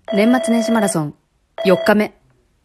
年末年始マラソン4日目。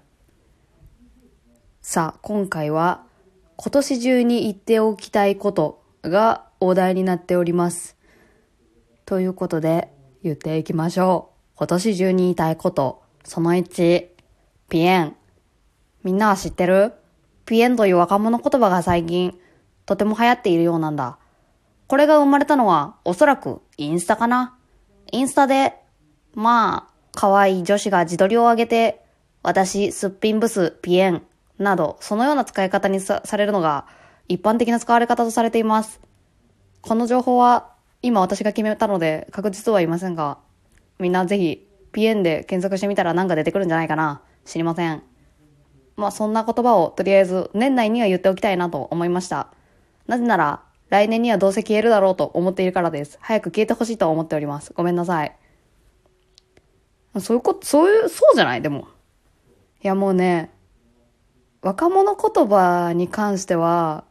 さあ、今回は今年中に言っておきたいことがお題になっております。ということで言っていきましょう。今年中に言いたいこと。その1、ピエン。みんなは知ってる？ピエンという若者言葉が最近とても流行っているようなんだ。これが生まれたのはおそらくインスタかな。インスタで、可愛い女子が自撮りを上げて、私、すっぴんブス、ピエン、など、そのような使い方にされるのが一般的な使われ方とされています。この情報は今私が決めたので確実とは言いませんが、みんなぜひ、ピエンで検索してみたらなんか出てくるんじゃないかな。知りません。そんな言葉をとりあえず年内には言っておきたいなと思いました。なぜなら、来年にはどうせ消えるだろうと思っているからです。早く消えてほしいと思っております。ごめんなさい。そうじゃないでも。いやもうね、若者言葉に関しては、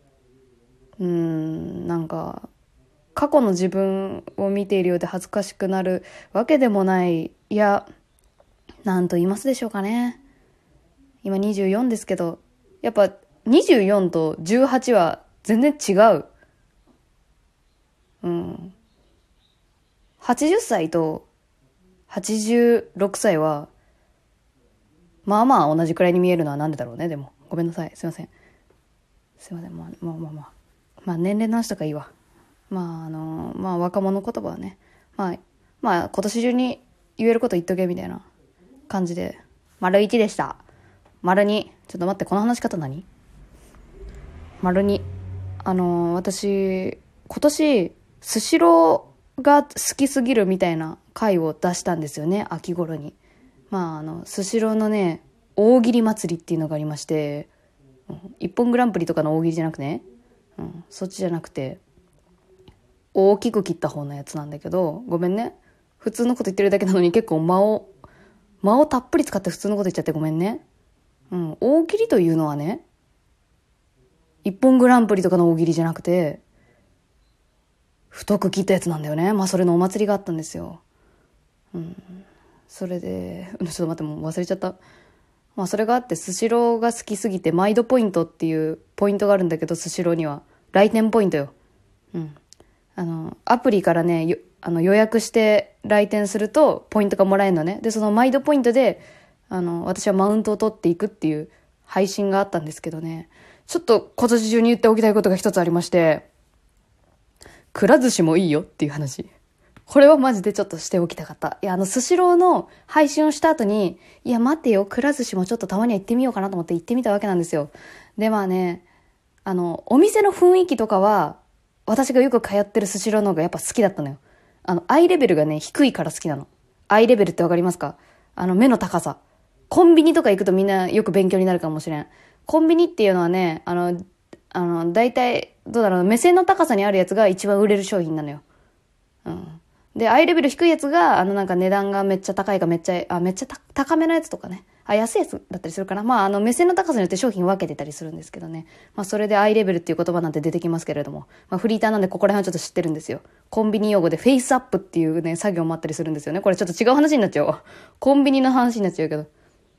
過去の自分を見ているようで恥ずかしくなるわけでもない。いや、なんと言いますでしょうかね。今24ですけど、やっぱ24と18は全然違う。80歳と86歳は、同じくらいに見えるのはなんでだろうね、でも。ごめんなさい。すいません。年齢の話とかいいわ。若者言葉はね。今年中に言えること言っとけ、みたいな感じで。1でした。2。ちょっと待って、この話し方何？2。私、今年、スシローが好きすぎるみたいな回を出したんですよね、秋頃に。スシローのね、大喜利祭りっていうのがありまして、一本グランプリとかの大喜利じゃなくね、そっちじゃなくて、大きく切った方のやつなんだけど、ごめんね。普通のこと言ってるだけなのに結構間をたっぷり使って普通のこと言っちゃってごめんね。大喜利というのはね、一本グランプリとかの大喜利じゃなくて、太く切ったやつなんだよね。それのお祭りがあったんですよ。それで、ちょっと待って、もう忘れちゃった。それがあって、スシローが好きすぎて、マイドポイントっていうポイントがあるんだけど、スシローには。来店ポイントよ。アプリからね、予約して来店すると、ポイントがもらえるのね。で、そのマイドポイントで、私はマウントを取っていくっていう配信があったんですけどね。ちょっと今年中に言っておきたいことが一つありまして、くら寿司もいいよっていう話。これはマジでちょっとしておきたかった。いや、スシローの配信をした後に、いや、待てよ、くら寿司もちょっとたまには行ってみようかなと思って行ってみたわけなんですよ。で、お店の雰囲気とかは、私がよく通ってるスシローの方がやっぱ好きだったのよ。アイレベルがね、低いから好きなの。アイレベルってわかりますか？目の高さ。コンビニとか行くとみんなよく勉強になるかもしれん。コンビニっていうのはね、大体、どうだろう、目線の高さにあるやつが一番売れる商品なのよ。で、アイレベル低いやつが、値段がめっちゃ高いかめっちゃ高めのやつとかね。安いやつだったりするかな。目線の高さによって商品分けてたりするんですけどね。それでアイレベルっていう言葉なんて出てきますけれども。フリーターなんでここら辺はちょっと知ってるんですよ。コンビニ用語でフェイスアップっていうね、作業もあったりするんですよね。これちょっと違う話になっちゃうわ。コンビニの話になっちゃうけど。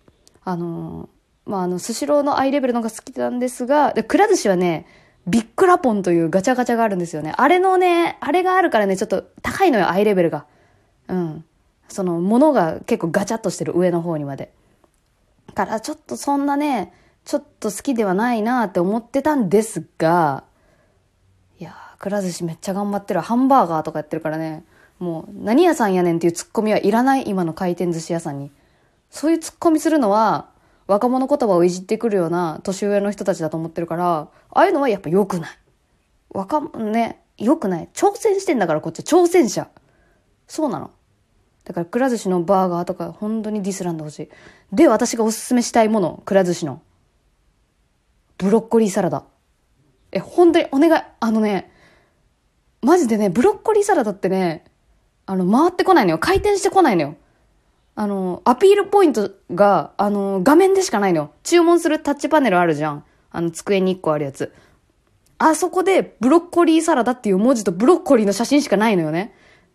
スシローのアイレベルの方が好きなんですが、で、くら寿司はね、ビックラポンというガチャガチャがあるんですよね。あれがあるからね、ちょっと高いのよ、アイレベルが。その、物が結構ガチャっとしてる上の方にまで。からちょっとそんなね、ちょっと好きではないなって思ってたんですが、いやー、くら寿司めっちゃ頑張ってる。ハンバーガーとかやってるからね、もう何屋さんやねんっていうツッコミはいらない、今の回転寿司屋さんに。そういうツッコミするのは、若者言葉をいじってくるような年上の人たちだと思ってるから、ああいうのはやっぱ良くない。良くない。挑戦してんだからこっち挑戦者。そうなの。だからくら寿司のバーガーとか本当にディスらんでほしい。で、私がおすすめしたいもの、くら寿司の。ブロッコリーサラダ。本当にお願い。マジでね、ブロッコリーサラダってね、回ってこないのよ。回転してこないのよ。アピールポイントが、画面でしかないのよ。注文するタッチパネルあるじゃん。机に1個あるやつ。あそこで、ブロッコリーサラダっていう文字とブロッコリーの写真しかないのよね。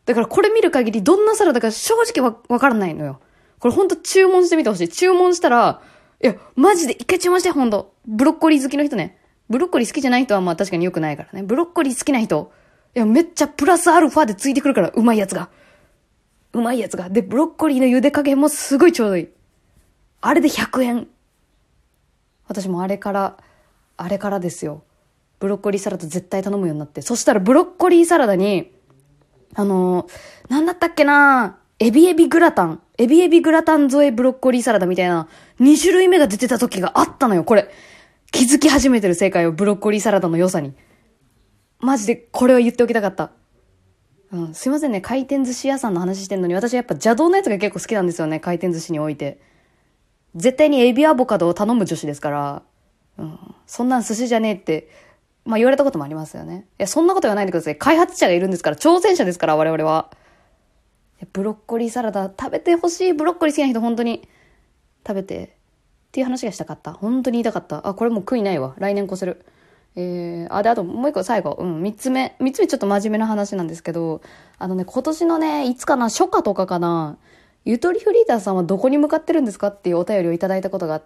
だからこれ見る限りどんなサラダか正直わからないのよ。これほんと注文してみてほしい。注文したら、いや、マジで一回注文して、ほんと。ブロッコリー好きの人ね。ブロッコリー好きじゃない人はまあ確かに良くないからね。ブロッコリー好きな人。いや、めっちゃプラスアルファでついてくるから、うまいやつが。うまいやつが。で、ブロッコリーの茹で加減もすごいちょうどいい。あれで100円。私もあれからですよ。ブロッコリーサラダ絶対頼むようになって。そしたらブロッコリーサラダに、なんだったっけな、エビグラタン添えブロッコリーサラダみたいな2種類目が出てた時があったのよ、これ。気づき始めてる正解を、ブロッコリーサラダの良さに。マジでこれは言っておきたかった。すいませんね、回転寿司屋さんの話してんのに、私やっぱ邪道のやつが結構好きなんですよね、回転寿司において。絶対にエビアボカドを頼む女子ですから、そんなん寿司じゃねえって、まあ言われたこともありますよね。いや、そんなこと言わないでください。開発者がいるんですから、挑戦者ですから、我々は。ブロッコリーサラダ食べてほしい。ブロッコリー好きな人本当に食べてっていう話がしたかった。本当に言いたかった。これもう悔いないわ。来年越せる。で、あともう一個最後。三つ目ちょっと真面目な話なんですけど、今年のね、いつかな、初夏とかかな、ゆとりフリーターさんはどこに向かってるんですかっていうお便りをいただいたことがあって、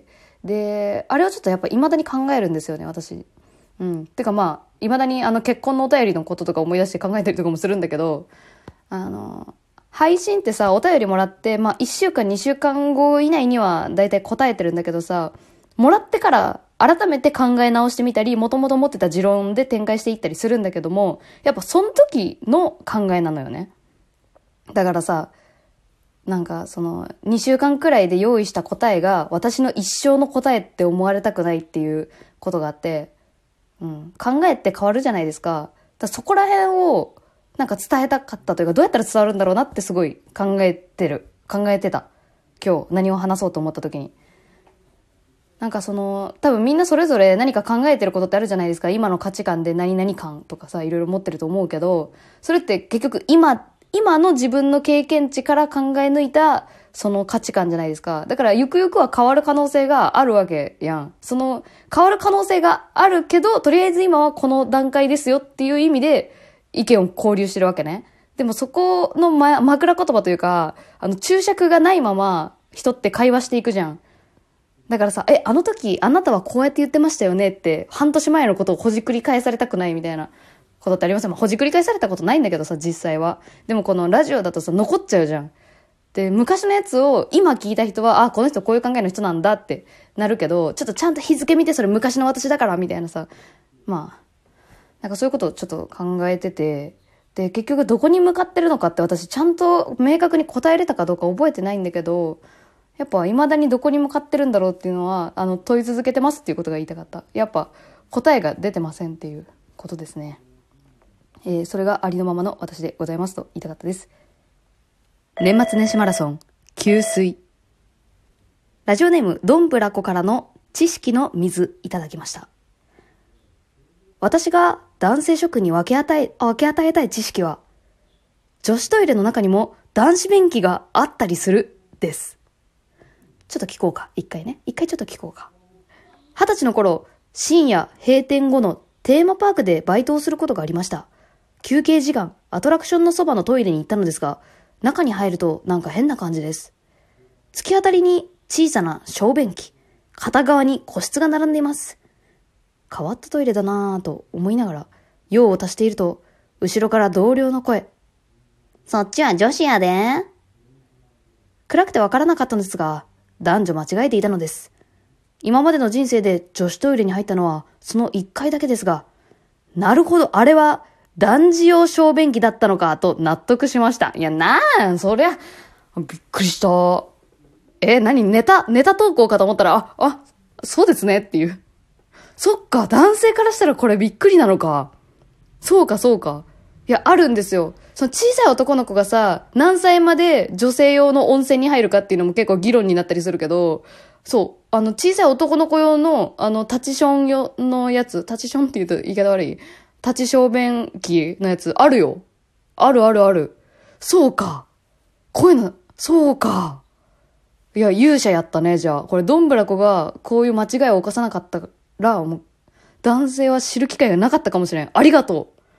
で、あれをちょっとやっぱ未だに考えるんですよね、私。てかまあ、未だに結婚のお便りのこととか思い出して考えたりとかもするんだけど、配信ってさ、お便りもらって、まあ、1週間、2週間後以内にはだいたい答えてるんだけどさ、もらってから改めて考え直してみたり、もともと持ってた持論で展開していったりするんだけども、やっぱその時の考えなのよね。だからさ、なんかその2週間くらいで用意した答えが私の一生の答えって思われたくないっていうことがあって、考えって変わるじゃないですか。そこら辺をなんか伝えたかったというか、どうやったら伝わるんだろうなってすごい考えてた。今日何を話そうと思った時に。なんか多分みんなそれぞれ何か考えてることってあるじゃないですか。今の価値観で何々感とかさ、いろいろ持ってると思うけど、それって結局今の自分の経験値から考え抜いたその価値観じゃないですか。だからゆくゆくは変わる可能性があるわけやん。変わる可能性があるけど、とりあえず今はこの段階ですよっていう意味で意見を交流してるわけね。でもそこの、枕言葉というか、注釈がないまま人って会話していくじゃん。だからさ、あの時あなたはこうやって言ってましたよねって半年前のことをほじくり返されたくないみたいなことってありません？ほじくり返されたことないんだけどさ、実際は。でもこのラジオだとさ、残っちゃうじゃん。で、昔のやつを今聞いた人は、この人こういう考えの人なんだってなるけど、ちょっとちゃんと日付見てそれ昔の私だからみたいなさ、まあ、なんかそういうことをちょっと考えてて、で、結局どこに向かってるのかって私ちゃんと明確に答えれたかどうか覚えてないんだけど、やっぱ未だにどこに向かってるんだろうっていうのは、問い続けてますっていうことが言いたかった。やっぱ答えが出てませんっていうことですね。それがありのままの私でございますと言いたかったです。年末年始マラソン、給水。ラジオネーム、どんぶらこからの知識の水いただきました。私が男性諸君に分け与えたい知識は、女子トイレの中にも男子便器があったりするです。ちょっと聞こうか。一回ちょっと聞こうか。20歳の頃、深夜閉店後のテーマパークでバイトをすることがありました。休憩時間、アトラクションのそばのトイレに行ったのですが、中に入るとなんか変な感じです。突き当たりに小さな小便器、片側に個室が並んでいます。変わったトイレだなぁと思いながら、用を足していると、後ろから同僚の声。そっちは女子やで。暗くてわからなかったのですが、男女間違えていたのです。今までの人生で女子トイレに入ったのはその1回だけですが、なるほど、あれは男児用小便器だったのかと納得しました。いや、そりゃ、びっくりした。何ネタ投稿かと思ったら、そうですねっていう。そっか、男性からしたらこれびっくりなのか。そうか。いや、あるんですよ。その小さい男の子がさ、何歳まで女性用の温泉に入るかっていうのも結構議論になったりするけど、そう、小さい男の子用の、タチション用のやつ、タチションって言うと言い方悪い？タチ小便器のやつ、あるよ。ある。そうか。こういうの、そうか。いや、勇者やったね、じゃあ。これ、どんぶらこがこういう間違いを犯さなかったら、もう、男性は知る機会がなかったかもしれん。ありがとう。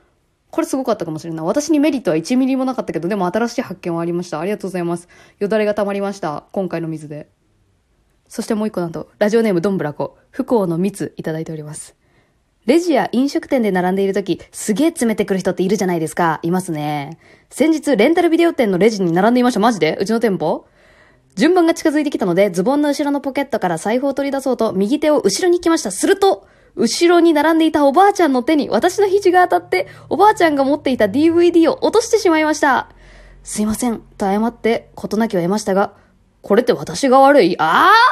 これすごかったかもしれない。私にメリットは1ミリもなかったけど、でも新しい発見はありました。ありがとうございます。よだれが溜まりました。今回の水で。そしてもう一個なんと、ラジオネームどんぶらこ、不幸の蜜いただいております。レジや飲食店で並んでいるとき、すげえ詰めてくる人っているじゃないですか。いますね。先日、レンタルビデオ店のレジに並んでいました。マジで？うちの店舗？順番が近づいてきたので、ズボンの後ろのポケットから財布を取り出そうと、右手を後ろに行きました。すると、後ろに並んでいたおばあちゃんの手に私の肘が当たって、おばあちゃんが持っていた DVD を落としてしまいました。すいません、と謝って事なきを得ましたが、これって私が悪い？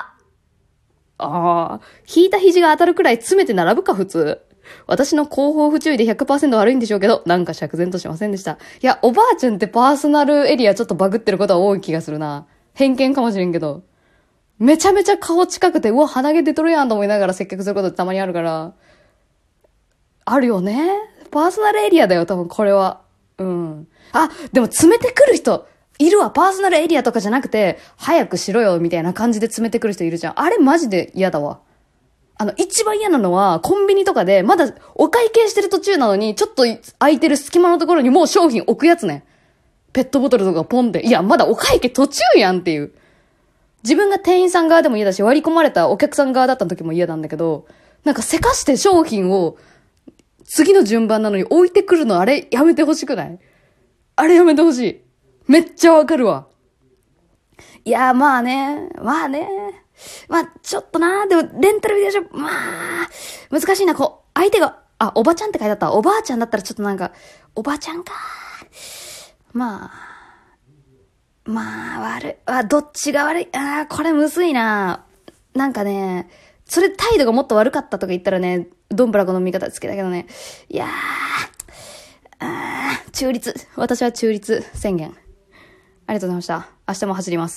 引いた肘が当たるくらい詰めて並ぶか普通。私の後方不注意で 100% 悪いんでしょうけど、なんか釈然としませんでした。いや、おばあちゃんってパーソナルエリアちょっとバグってることは多い気がするな。偏見かもしれんけど。めちゃめちゃ顔近くて、うわ、鼻毛出とるやんと思いながら接客することってたまにあるから。あるよね。パーソナルエリアだよ、多分これは。うん。でも詰めてくる人、いるわ。パーソナルエリアとかじゃなくて、早くしろよ、みたいな感じで詰めてくる人いるじゃん。あれマジで嫌だわ。一番嫌なのは、コンビニとかで、まだお会計してる途中なのに、ちょっと空いてる隙間のところにもう商品置くやつね。ペットボトルとかポンで。いや、まだお会計途中やんっていう。自分が店員さん側でも嫌だし、割り込まれたお客さん側だった時も嫌なんだけど、なんかせかして商品を、次の順番なのに置いてくるの、あれやめてほしくない？あれやめてほしい。めっちゃわかるわ。いや、まあね。まあ、ちょっとな。でも、レンタルビデオショップ、まあ、難しいな。相手が、おばちゃんって書いてあった。おばあちゃんだったらちょっとなんか、おばちゃんか。まあ、悪い。どっちが悪い？これむずいな。なんかね、それ態度がもっと悪かったとか言ったらね、ドンブラコの味方好きだけどね。いや中立。私は中立宣言。ありがとうございました。明日も走ります。